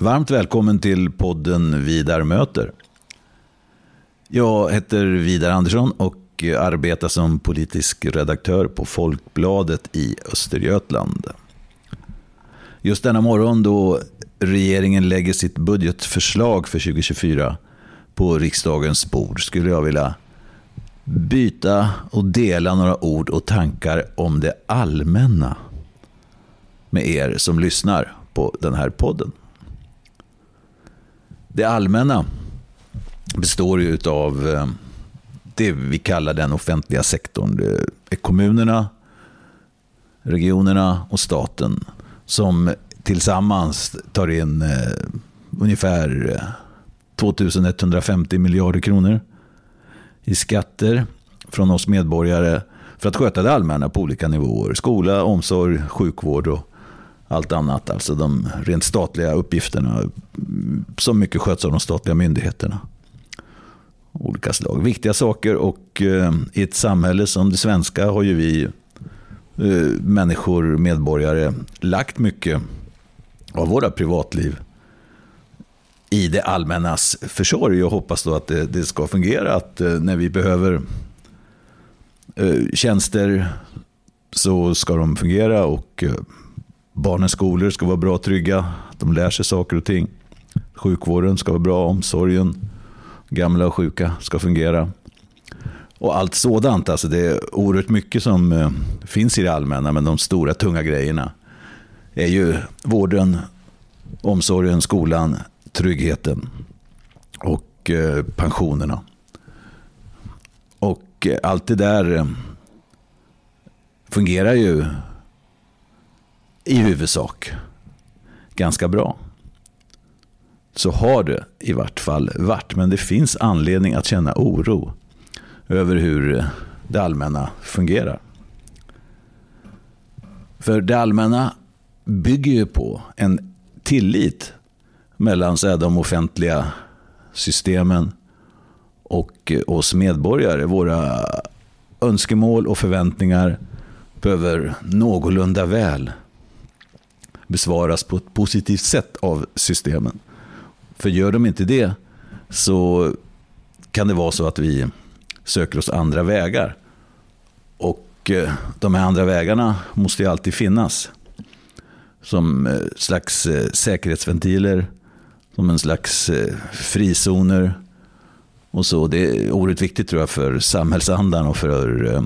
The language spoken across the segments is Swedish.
Varmt välkommen till podden Vidar möter. Jag heter Vidar Andersson och arbetar som politisk redaktör på Folkbladet i Östergötland. Just denna morgon då regeringen lägger sitt budgetförslag för 2024 på riksdagens bord skulle jag vilja byta och dela några ord och tankar om det allmänna med er som lyssnar på den här podden. Det allmänna består ju av det vi kallar den offentliga sektorn. Det är kommunerna, regionerna och staten som tillsammans tar in ungefär 2150 miljarder kronor i skatter från oss medborgare för att sköta det allmänna på olika nivåer. Skola, omsorg, sjukvård och allt annat. Alltså de rent statliga uppgifterna som mycket sköts av de statliga myndigheterna. Olika slag. Viktiga saker och i ett samhälle som det svenska har ju vi människor, medborgare lagt mycket av våra privatliv i det allmännas försorg och hoppas då att det ska fungera, att när vi behöver tjänster så ska de fungera och barnens skolor ska vara bra och trygga, att de lär sig saker och ting. Sjukvården ska vara bra, omsorgen, gamla och sjuka ska fungera. Och allt sådant, alltså det är oerhört mycket som finns i det allmänna, men de stora tunga grejerna är ju vården, omsorgen, skolan, tryggheten och pensionerna. Och allt det där fungerar ju i huvudsak ganska bra. Så har det i vart fall varit, men det finns anledning att känna oro över hur det allmänna fungerar. För det allmänna bygger ju på en tillit mellan de offentliga systemen och oss medborgare. Våra önskemål och förväntningar behöver någorlunda väl besvaras på ett positivt sätt av systemen. För gör de inte det så kan det vara så att vi söker oss andra vägar. Och de här andra vägarna måste ju alltid finnas som slags säkerhetsventiler, som en slags frizoner och så. Det är oerhört viktigt tror jag för samhällsandan och för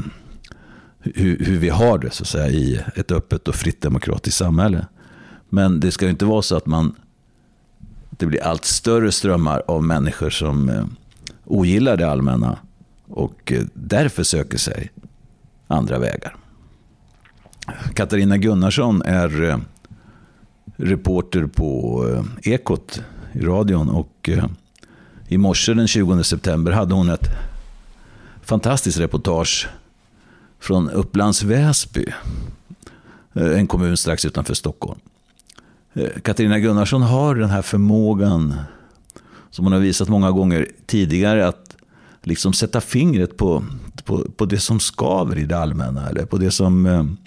hur vi har det så att säga i ett öppet och fritt demokratiskt samhälle. Men det ska ju inte vara så att det blir allt större strömmar av människor som ogillar det allmänna och därför söker sig andra vägar. Katarina Gunnarsson är reporter på Ekot i radion och i morse den 20 september hade hon ett fantastiskt reportage från Upplands Väsby, en kommun strax utanför Stockholm. Katarina Gunnarsson har den här förmågan som hon har visat många gånger tidigare att liksom sätta fingret på det som skaver i det allmänna eller på det som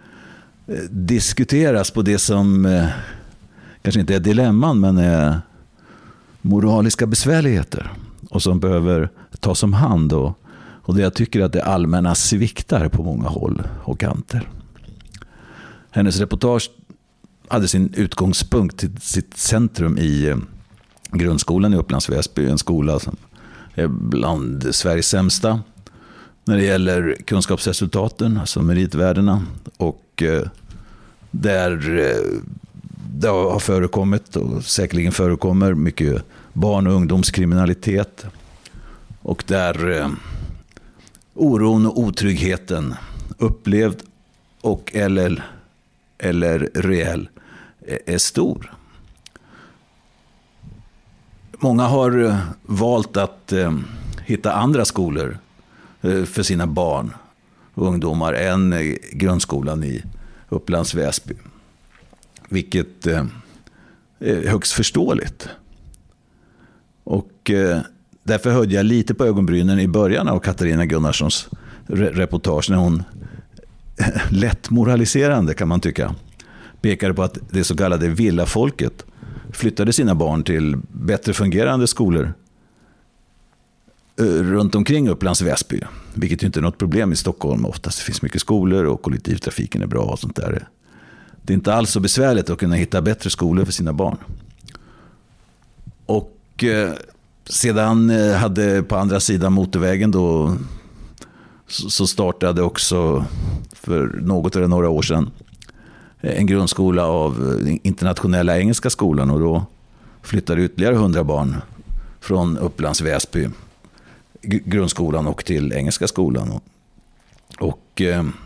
diskuteras, på det som kanske inte är dilemman men är moraliska besvärligheter och som behöver tas om hand och det jag tycker att det allmänna sviktar på många håll och kanter. Hennes reportage hade sin utgångspunkt till sitt centrum i grundskolan i Upplands Väsby, en skola som är bland Sveriges sämsta när det gäller kunskapsresultaten, alltså meritvärdena, och där det har förekommit och säkerligen förekommer mycket barn- och ungdomskriminalitet och där oron och otryggheten upplevd och eller reell är stor. Många har valt att hitta andra skolor för sina barn och ungdomar än grundskolan i Upplands Väsby. Vilket är högst förståeligt. Och därför hörde jag lite på ögonbrynen i början av Katarina Gunnarssons reportage när hon lätt moraliserande kan man tycka pekade på att det så kallade villafolket flyttade sina barn till bättre fungerande skolor runt omkring Upplands Väsby. Vilket ju inte är något problem i Stockholm. Oftast finns mycket skolor och kollektivtrafiken är bra och sånt där. Det är inte alls så besvärligt att kunna hitta bättre skolor för sina barn. Och sedan hade på andra sidan motorvägen då så startade också för något eller några år sedan en grundskola av Internationella Engelska skolan, och då flyttade ytterligare 100 barn från Upplands Väsby grundskolan och till Engelska skolan. Och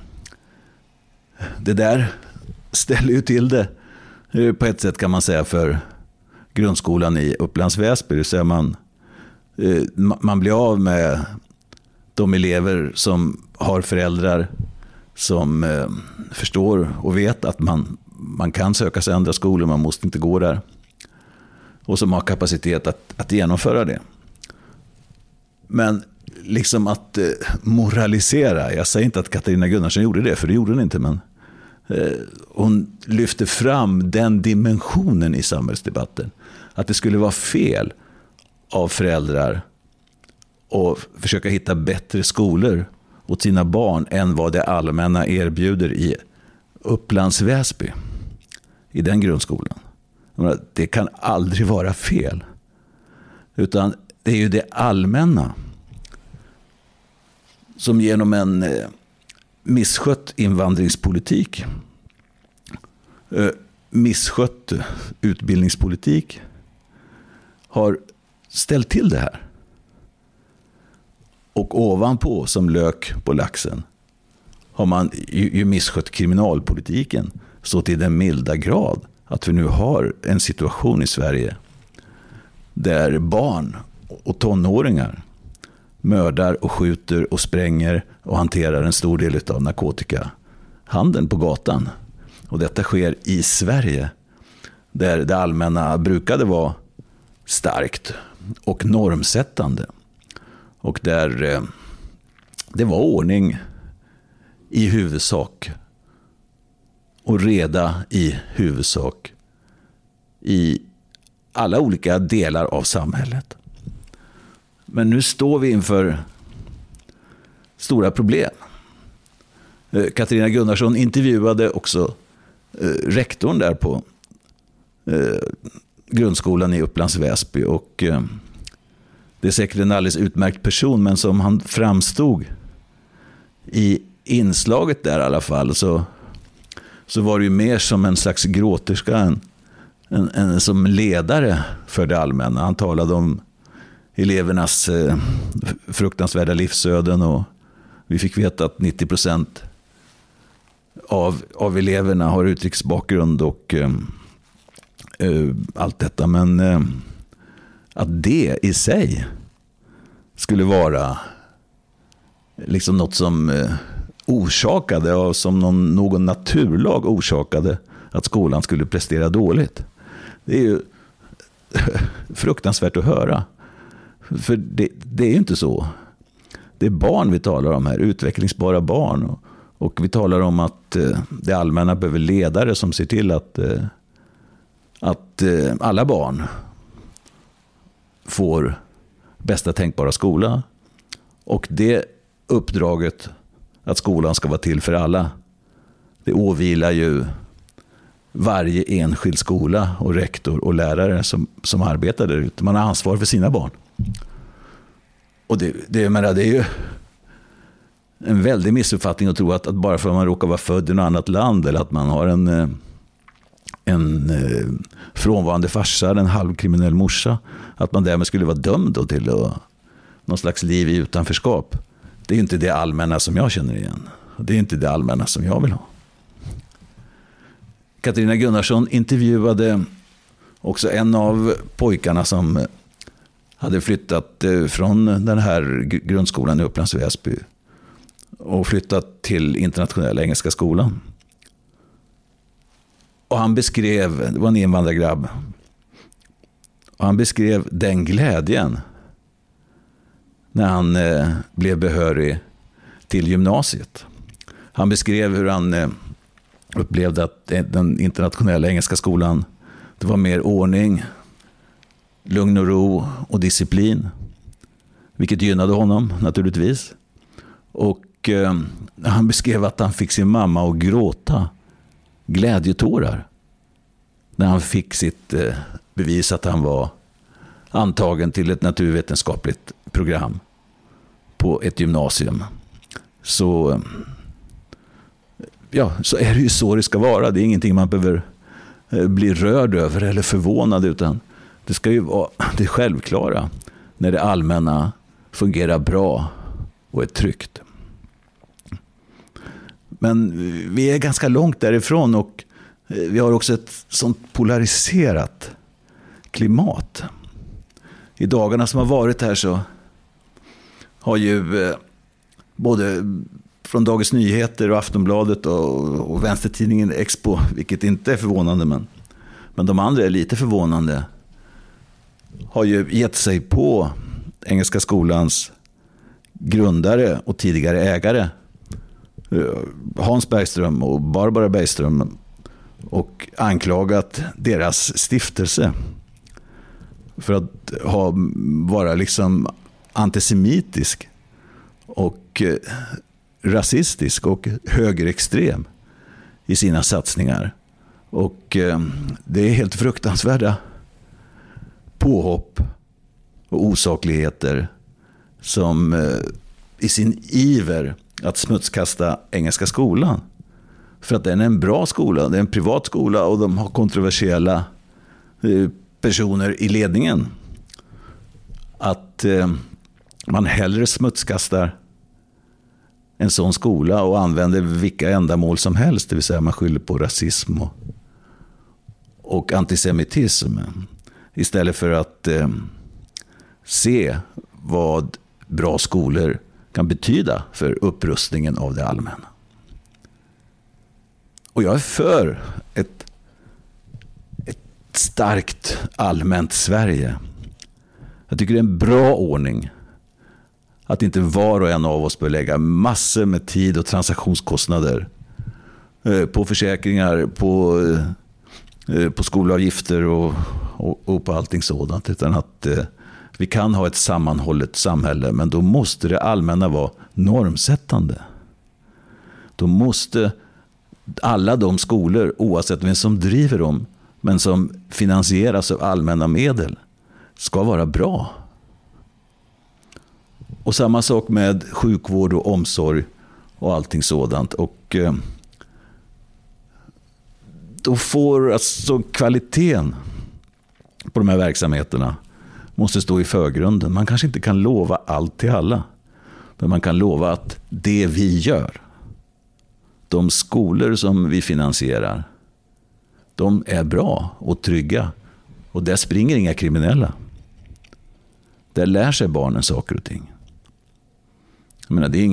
det där ställer ju till det på ett sätt, kan man säga, för grundskolan i Upplands Väsby. Det säger man blir av med de elever som har föräldrar som förstår och vet att man kan söka sig andra skolor, man måste inte gå där, och som har kapacitet att genomföra det. Men liksom att moralisera, jag säger inte att Katarina Gunnarsson gjorde det, för det gjorde hon inte, men hon lyfte fram den dimensionen i samhällsdebatten, att det skulle vara fel av föräldrar att försöka hitta bättre skolor åt sina barn än vad det allmänna erbjuder i Upplands Väsby, i den grundskolan. Det kan aldrig vara fel, utan det är ju det allmänna som genom en misskött invandringspolitik, misskött utbildningspolitik har ställt till det här. Och ovanpå, som lök på laxen, har man ju misskött kriminalpolitiken så till den milda grad att vi nu har en situation i Sverige där barn och tonåringar mördar och skjuter och spränger och hanterar en stor del av narkotikahandeln på gatan. Och detta sker i Sverige, där det allmänna brukade vara starkt och normsättande. Och där det var ordning i huvudsak och reda i huvudsak i alla olika delar av samhället. Men nu står vi inför stora problem. Katarina Gunnarsson intervjuade också rektorn där på grundskolan i Upplands Väsby, och det är säkert en alldeles utmärkt person, men som han framstod i inslaget där i alla fall, så var det ju mer som en slags gråterska än som ledare för det allmänna. Han talade om elevernas fruktansvärda livsöden, och vi fick veta att 90% av eleverna har utrikesbakgrund och allt detta. Men att det i sig skulle vara liksom något som orsakade, och som någon naturlag orsakade att skolan skulle prestera dåligt. Det är ju fruktansvärt att höra. För det är ju inte så. Det är barn vi talar om här, utvecklingsbara barn. Och vi talar om att det allmänna behöver ledare som ser till att alla barn får bästa tänkbara skola. Och det uppdraget, att skolan ska vara till för alla, det åvilar ju varje enskild skola och rektor och lärare som arbetar där ute. Man har ansvar för sina barn. Och det är ju en väldig missuppfattning att tro att bara för att man råkar vara född i något annat land, eller att man har en frånvarande farsa, en halvkriminell morsa, att man därmed skulle vara dömd till någon slags liv i utanförskap. Det är inte det allmänna som jag känner igen. Det är inte det allmänna som jag vill ha. Katarina Gunnarsson intervjuade också en av pojkarna som hade flyttat från den här grundskolan i Upplands Väsby och flyttat till Internationella Engelska skolan. Och han beskrev, det var en invandrargrabb, och han beskrev den glädjen när han blev behörig till gymnasiet. Han beskrev hur han upplevde att den Internationella Engelska skolan Det var mer ordning, lugn och ro och disciplin. Vilket gynnade honom naturligtvis. Och han beskrev att han fick sin mamma att gråta glädjetårar när han fick sitt bevis att han var antagen till ett naturvetenskapligt program på ett gymnasium. Så är det ju så det ska vara. Det är ingenting man behöver bli rörd över eller förvånad, utan det ska ju vara det självklara när det allmänna fungerar bra och är tryggt. Men vi är ganska långt därifrån, och vi har också ett sånt polariserat klimat. I dagarna som har varit här så har ju både från Dagens Nyheter och Aftonbladet och vänstertidningen Expo, vilket inte är förvånande, men de andra är lite förvånande, har ju gett sig på Engelska skolans grundare och tidigare ägare Hans Bergström och Barbara Bergström och anklagat deras stiftelse för att vara liksom antisemitisk och rasistisk och högerextrem i sina satsningar. Och det är helt fruktansvärda påhopp och osakligheter som i sin iver att smutskasta Engelska skolan. För att den är en bra skola, det är en privat skola och de har kontroversiella personer i ledningen. Att man hellre smutskastar en sån skola och använder vilka ändamål som helst, det vill säga man skyller på rasism och antisemitism, istället för att se vad bra skolor kan betyda för upprustningen av det allmänna. Och jag är för ett starkt allmänt Sverige. Jag tycker det är en bra ordning att inte var och en av oss bör lägga massor med tid och transaktionskostnader på försäkringar, på skolavgifter och på allting sådant, utan att vi kan ha ett sammanhållet samhälle, men då måste det allmänna vara normsättande. Då måste alla de skolor, oavsett vem som driver dem, men som finansieras av allmänna medel, ska vara bra. Och samma sak med sjukvård och omsorg och allting sådant. Och då får alltså kvaliteten på de här verksamheterna måste stå i förgrunden. Man kanske inte kan lova allt till alla, men man kan lova att det vi gör, de skolor som vi finansierar, de är bra och trygga. Och där springer inga kriminella. Där lär sig barnen saker och ting. Jag menar, det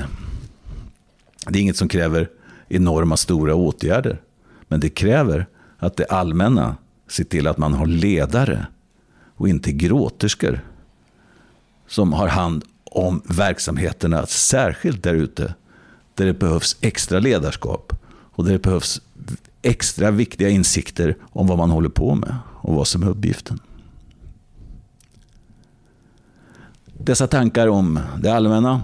är inget som kräver enorma stora åtgärder. Men det kräver att det allmänna ser till att man har ledare och inte gråterskor som har hand om verksamheterna, särskilt där ute där det behövs extra ledarskap och där det behövs extra viktiga insikter om vad man håller på med och vad som är uppgiften. Dessa tankar om det allmänna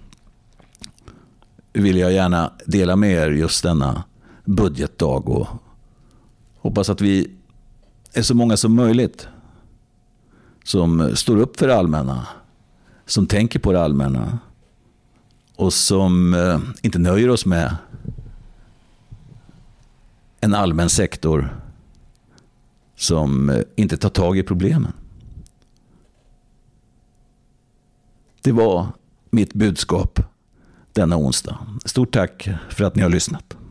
vill jag gärna dela med er just denna budgetdag, och hoppas att vi är så många som möjligt som står upp för det allmänna, som tänker på det allmänna och som inte nöjer oss med en allmän sektor som inte tar tag i problemen. Det var mitt budskap denna onsdag. Stort tack för att ni har lyssnat.